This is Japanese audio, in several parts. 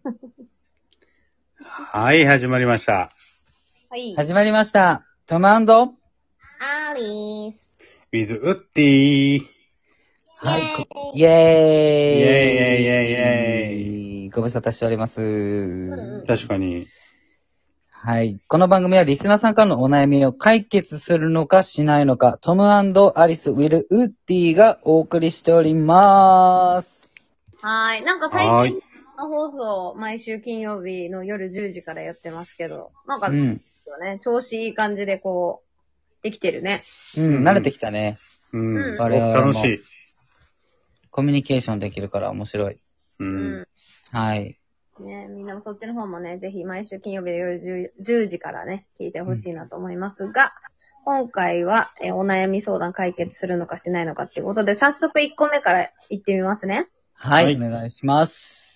はい、始まりました。 はい。 始まりました。トム& アリース。 with ウッディ。 はい。 イェーイ。 イェーイイェイイェイイェイイェイ。 ご無沙汰しております。 確かに。 はい。この番組はリスナーさんからのお悩みを解決するのかしないのか、トム&アリス with ウッディがお送りしております。 はい。なんか最はーい近、放送、毎週金曜日の夜10時からやってますけど、なんか、 うん。 調子いい感じでこう、できてるね。 慣れてきたね。 うん、 うんすごく楽しい。 コミュニケーションできるから面白い。はい。 ね、みんなもそっちの方もね、ぜひ毎週金曜日の夜10時からね、聞いてほしいなと思いますが、今回はお悩み相談解決するのかしないのかっていうことで、早速1個目から行ってみますね。 はい。 はいお願いします。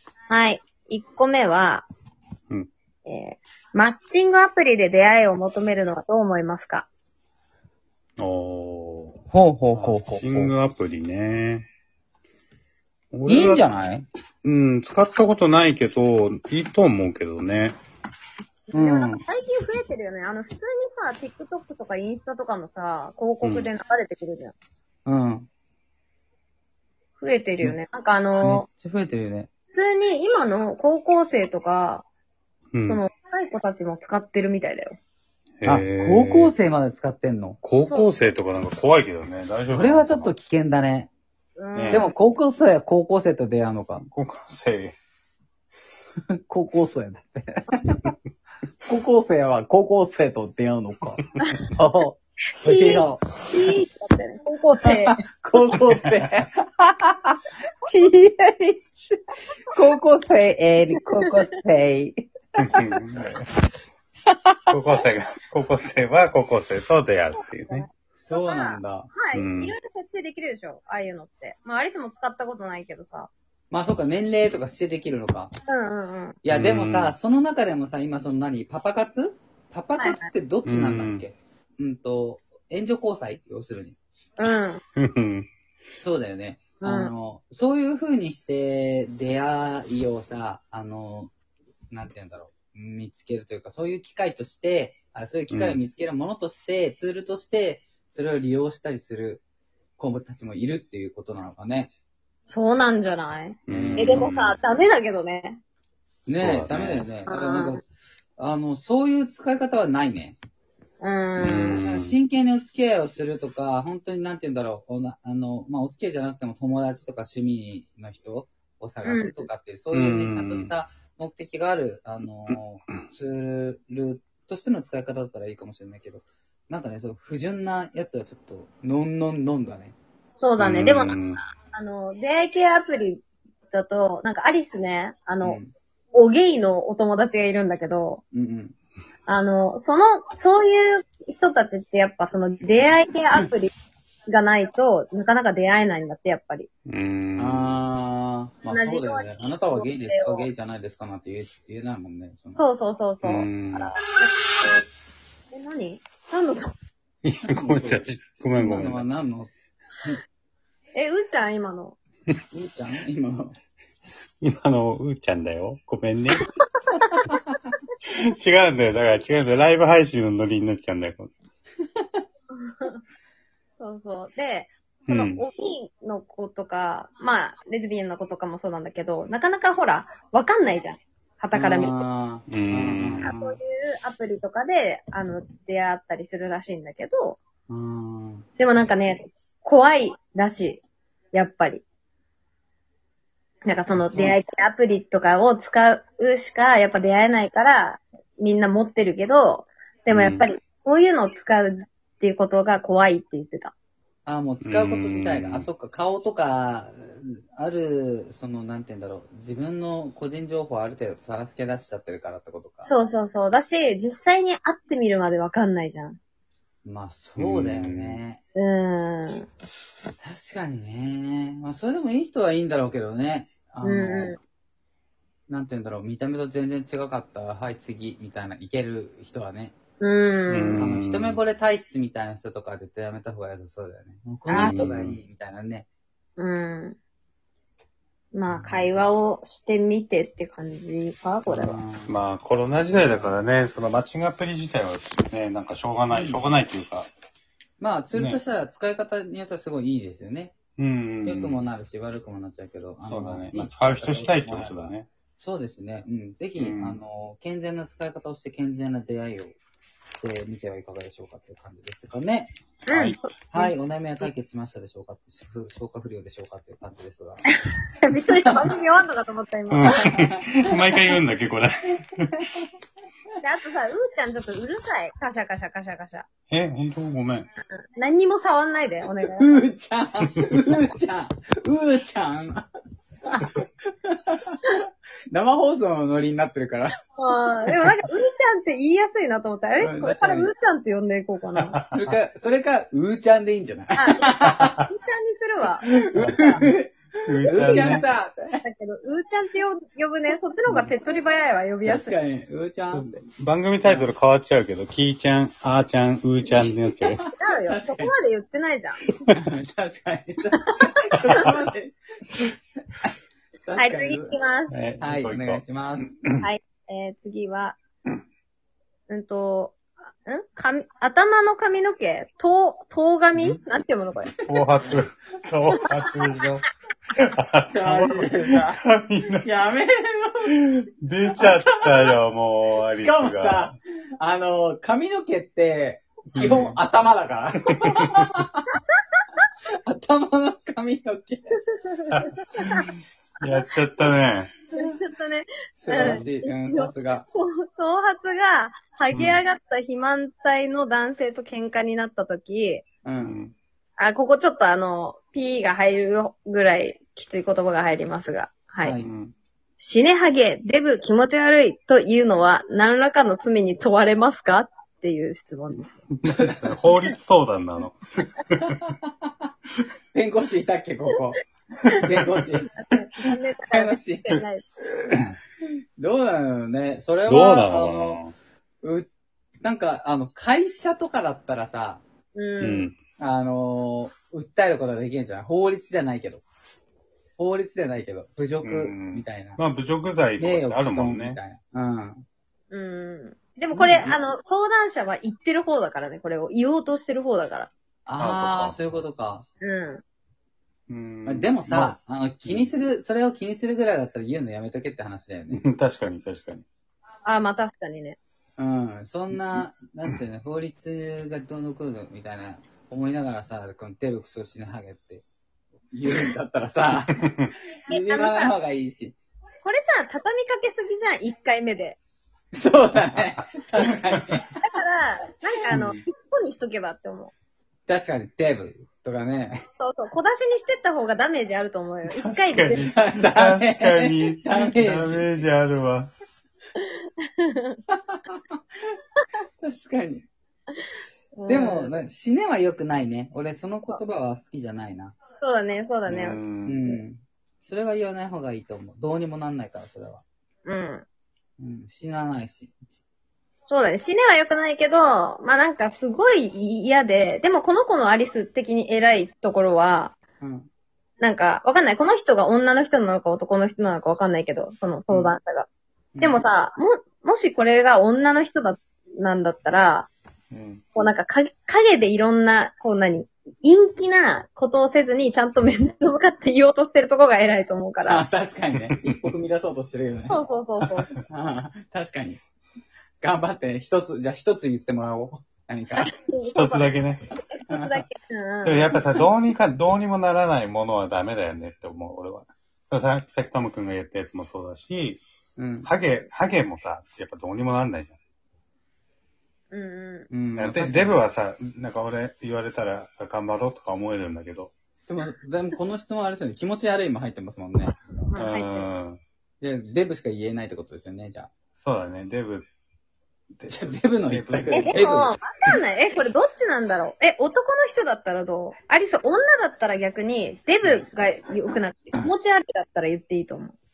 はい。1個目は、 うんマッチングアプリで出会いを求めるのはどう思いますか？ おー。 ほうほうほうほうマッチングアプリね。 いいんじゃい？ ない使ったことないけど、いいと思うけどね。 でもなんか最近増えてるよね。普通にさ、TikTok とかインスタとかのさ、広告で流れてくるじゃん。 うん。 増えてるよね。なんかめっちゃ増えてるよね。 普通に今の高校生とか、 うん。 その若い子たちも使ってるみたいだよ。 あ、高校生まで使ってんの？ 高校生とかなんか怖いけどね。大丈夫？ それはちょっと危険だね。 ねでも高校生は高校生と出会うのか。 高校生。 高校生だって。高校生は高校生と出会うのか。そう。いいよ。 高校生。 高校生。高校生、高校生。 高校生は高校生と出会うっていうね。 そうなんだ。 はい。いろいろ設定できるでしょ。ああいうのって。まあ、アリスも使ったことないけどさ。 まあそっか、年齢とか指定できるのか。 うん。 いや、でもさ、その中でもさ、今パパ活ってどっちなんだっけ？援助交際要するに。そうだよね。そういう風にして出会いをさ、なんて言うんだろう。見つけるというか、そういう機会として、そういう機会を見つけるものとして、ツールとして、それを利用したりする子たちもいるっていうことなのかね。 そうなんじゃない？でもさ、ダメだけどね。 ねえ、ダメだよね。だからなんか、そういう使い方はないね。真剣にお付き合いをするとか、本当になんて言うんだろう、まあ、お付き合いじゃなくても友達とか趣味の人を探すとかっていう、そういうね、ちゃんとした目的がある、ツールとしての使い方だったらいいかもしれないけど、なんかね、そう、不純なやつはちょっと、ノンだね。 そうだね。でもなんか、出会い系アプリだと、なんかアリスね、おゲイのお友達がいるんだけど、そういう人たちってやっぱその出会い系アプリがないと、なかなか出会えないんだって、やっぱり。 まあそうだよね。あなたはゲイですかゲイじゃないですかなんて言えないもんね。 そう。何のごめん。 今のは何のうーちゃん今の。 うーちゃん今のうーちゃんだよ。ごめんね。違うんだよ。だから違うんだよ。ライブ配信のノリになっちゃうんだよ。 そう。で、その、おぎの子とか、まあ、レズビアンの子とかもそうなんだけど、なかなかほら、わかんないじゃん。傍から見ると。そういうアプリとかで、出会ったりするらしいんだけど、でもなんかね、怖いらしい。やっぱり。なんかその出会いアプリとかを使うしかやっぱ出会えないからみんな持ってるけど、でもやっぱりそういうのを使うっていうことが怖いって言ってた。 もう使うこと自体が、そっか、顔とか、なんて言うんだろう、自分の個人情報ある程度さらけ出しちゃってるからってことか。 そう。だし、実際に会ってみるまでわかんないじゃん。 まあ、そうだよね。確かにね。まあ、それでもいい人はいいんだろうけどね。なんて言うんだろう、見た目と全然違かった、はい、次、みたいな、いける人はね。一目惚れ体質みたいな人とかは絶対やめた方が良さそうだよね。もうこの人がいい、みたいなね。 まあ、会話をしてみてって感じか、これは。 まあ、コロナ時代だからね、そのマッチングアプリ自体はね、なんかしょうがないというか。 まあ、ツールとしては使い方によってはすごいいいですよね。良くもなるし、悪くもなっちゃうけど。 そうだね。まあ、使う人したいってことだね。 そうですね。ぜひ、健全な使い方をして健全な出会いをしてみてはいかがでしょうかという感じですかね。 はい。 はい。お悩みは解決しましたでしょうか消化不良でしょうかという感じですが。 びっくりした。番組終わんのかと思った、今。 毎回言うんだっけ、これ。 で、あとさ、うーちゃんちょっとうるさい。カシャカシャカシャカシャ。 本当ごめん。 何にも触んないで、お願い。 うーちゃん。生放送のノリになってるから。 でもなんか、うーちゃんって言いやすいなと思った。あれこれからうーちゃんって呼んでいこうかな。 それか、うーちゃんでいいんじゃない？うーちゃんにするわ。 うーちゃんだけど、うーちゃんって呼ぶね。そっちの方が手っ取り早いわ、呼びやすい。 確かに、うーちゃんって。 番組タイトル変わっちゃうけど、キーちゃん、あーちゃん、うーちゃんになっちゃう。 違うよ。そこまで言ってないじゃん。 確かに。 はい、次行きます。 はい、お願いします。 はい、次は、頭の髪の毛、頭髪なんていうものこれ。 頭髪でしょ。 やめろ。 出ちゃったよ、もう、アリスが。 しかもさ、髪の毛って、基本頭だから。頭の髪の毛。 やっちゃったね。 ちょっとね。 素晴らしい。さすが。 頭髪が、剥げ上がった肥満体の男性と喧嘩になったとき、ここちょっとP が入るぐらいきつい言葉が入りますが、はい。死ねハゲ、デブ気持ち悪いというのは何らかの罪に問われますかっていう質問です。 法律相談なの。 弁護士いたっけ、ここ。弁護士。どうなのね。それは、 どうなのなんか、会社とかだったらさ、訴えることができるんじゃない？法律じゃないけど。侮辱みたいな。 まあ、侮辱罪とかってあるもんね。 でもこれ、相談者は言ってる方だからね、これを。言おうとしてる方だから。 ああ、そういうことか。でもさ、それを気にするぐらいだったら言うのやめとけって話だよね。 確かに。 まあ確かにね。 そんな、なんていうの、法律がどうのこうのみたいな思いながらさ、このデブクソ死ねハゲって言うんだったらさ、言わない方がいいし。 これさ、畳みかけすぎじゃん、1回目で。 そうだね。確かに。だから、なんか一個にしとけばって思う。 確かに、デブとかね。 そうそう、小出しにしてった方がダメージあると思うよ。1回で。確かに。ダメージあるわ。 確かに。でも、死ねは良くないね。俺、その言葉は好きじゃないな。 そうだね。 それは言わない方がいいと思う。どうにもなんないから、それは。死なないし。 そうだね。死ねは良くないけど、まあなんかすごい嫌で、でもこの子のアリス的に偉いところは、なんかわかんない。この人が女の人なのか男の人なのかわかんないけど、その相談者が。でもさ、もしこれが女の人なんだったら、こうなんか影でいろんな、陰気なことをせずにちゃんと面と向かって言おうとしてるとこが偉いと思うから。 確かにね。一歩踏み出そうとしてるよね。 そう。 確かに。頑張って、一つ言ってもらおう。何か。 一つだけね。 一つだけ。 でもやっぱさ、どうにもならないものはダメだよねって思う、俺は。さっきトム君が言ったやつもそうだし、ハゲもさ、やっぱどうにもなんないじゃん。デブはさ、なんか俺言われたら頑張ろうとか思えるんだけど。 でもこの質問あれですよね、気持ち悪いも入ってますもんね。で、デブしか言えないってことですよね、じゃあ。 そうだね、デブの一択。 でも、わかんない。これどっちなんだろう。男の人だったらどう？アリス、女だったら逆に、デブが良くなくて、気持ち悪いだったら言っていいと思う。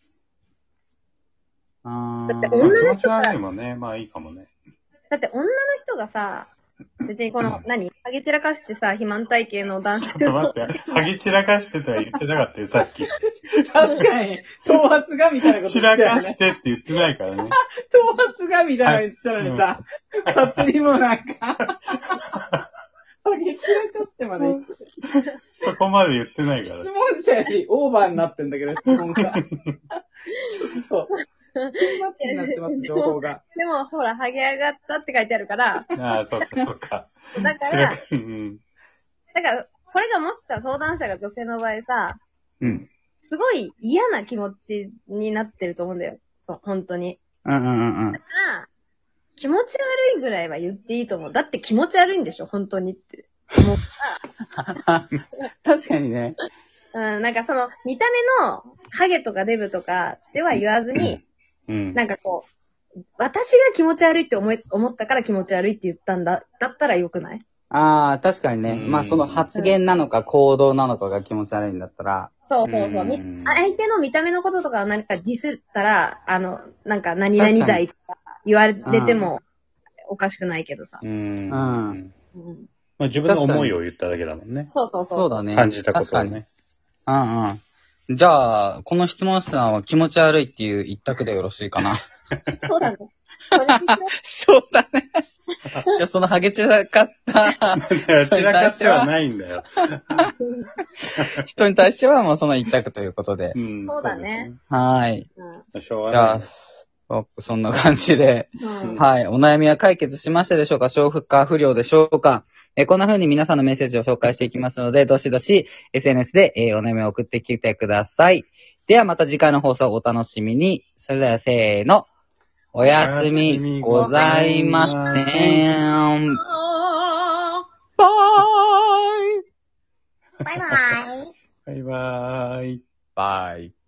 だって女の人が、 もね、まあいいかもね。 だって女の人がさ、 別にこの、ハゲ散らかしてさ、肥満体型の男性ちょっと待って、ハゲ散らかしてとは言ってなかったよ、さっき。 確かに、頭髪がみたいなこと散らかしてって言ってないからね。 頭髪がみたいな言ってたのにさ、勝手にもうなんか、ハゲ散らかしてまで言って。 そこまで言ってないから。 質問者よりオーバーになってんだけど、質問が。ちょっと。トゥーマッチになってます、情報が。 でも、ほら、ハゲ上がったって書いてあるから。 ああ、そうか、そうか。 だから、これがもしさ、相談者が女性の場合さ、すごい嫌な気持ちになってると思うんだよ。そう、本当に。だから、気持ち悪いぐらいは言っていいと思う。だって気持ち悪いんでしょ、本当にって思ったら。 確かにね。 なんかその、見た目のハゲとかデブとかでは言わずに、なんかこう、私が気持ち悪いって思ったから気持ち悪いって言ったんだったらよくない？ ああ、確かにね。まあその発言なのか行動なのかが気持ち悪いんだったら。 そう。相手の見た目のこととかを何かディスったら、なんか何々罪とか言われてもおかしくないけどさ。 まあ自分の思いを言っただけだもんね。 そうだね。 感じたことをね。 じゃあ、この質問者さんは気持ち悪いっていう一択でよろしいかな。 そうだね。 そうだね。じゃあそのハゲ散らかった。 散らかってはないんだよ。 人に対してはもうその一択ということで。 そうだね。 はい。 しょうがない。 じゃあ、そんな感じで。はい。お悩みは解決しましたでしょうか？消化不良でしょうか？こんな風に皆さんのメッセージを紹介していきますので、どしどし SNS で、お悩みを送ってきてください。ではまた次回の放送をお楽しみに。それではせーの。おやすみございません。バイ。 バイバイ。 バイバイ。 バイ。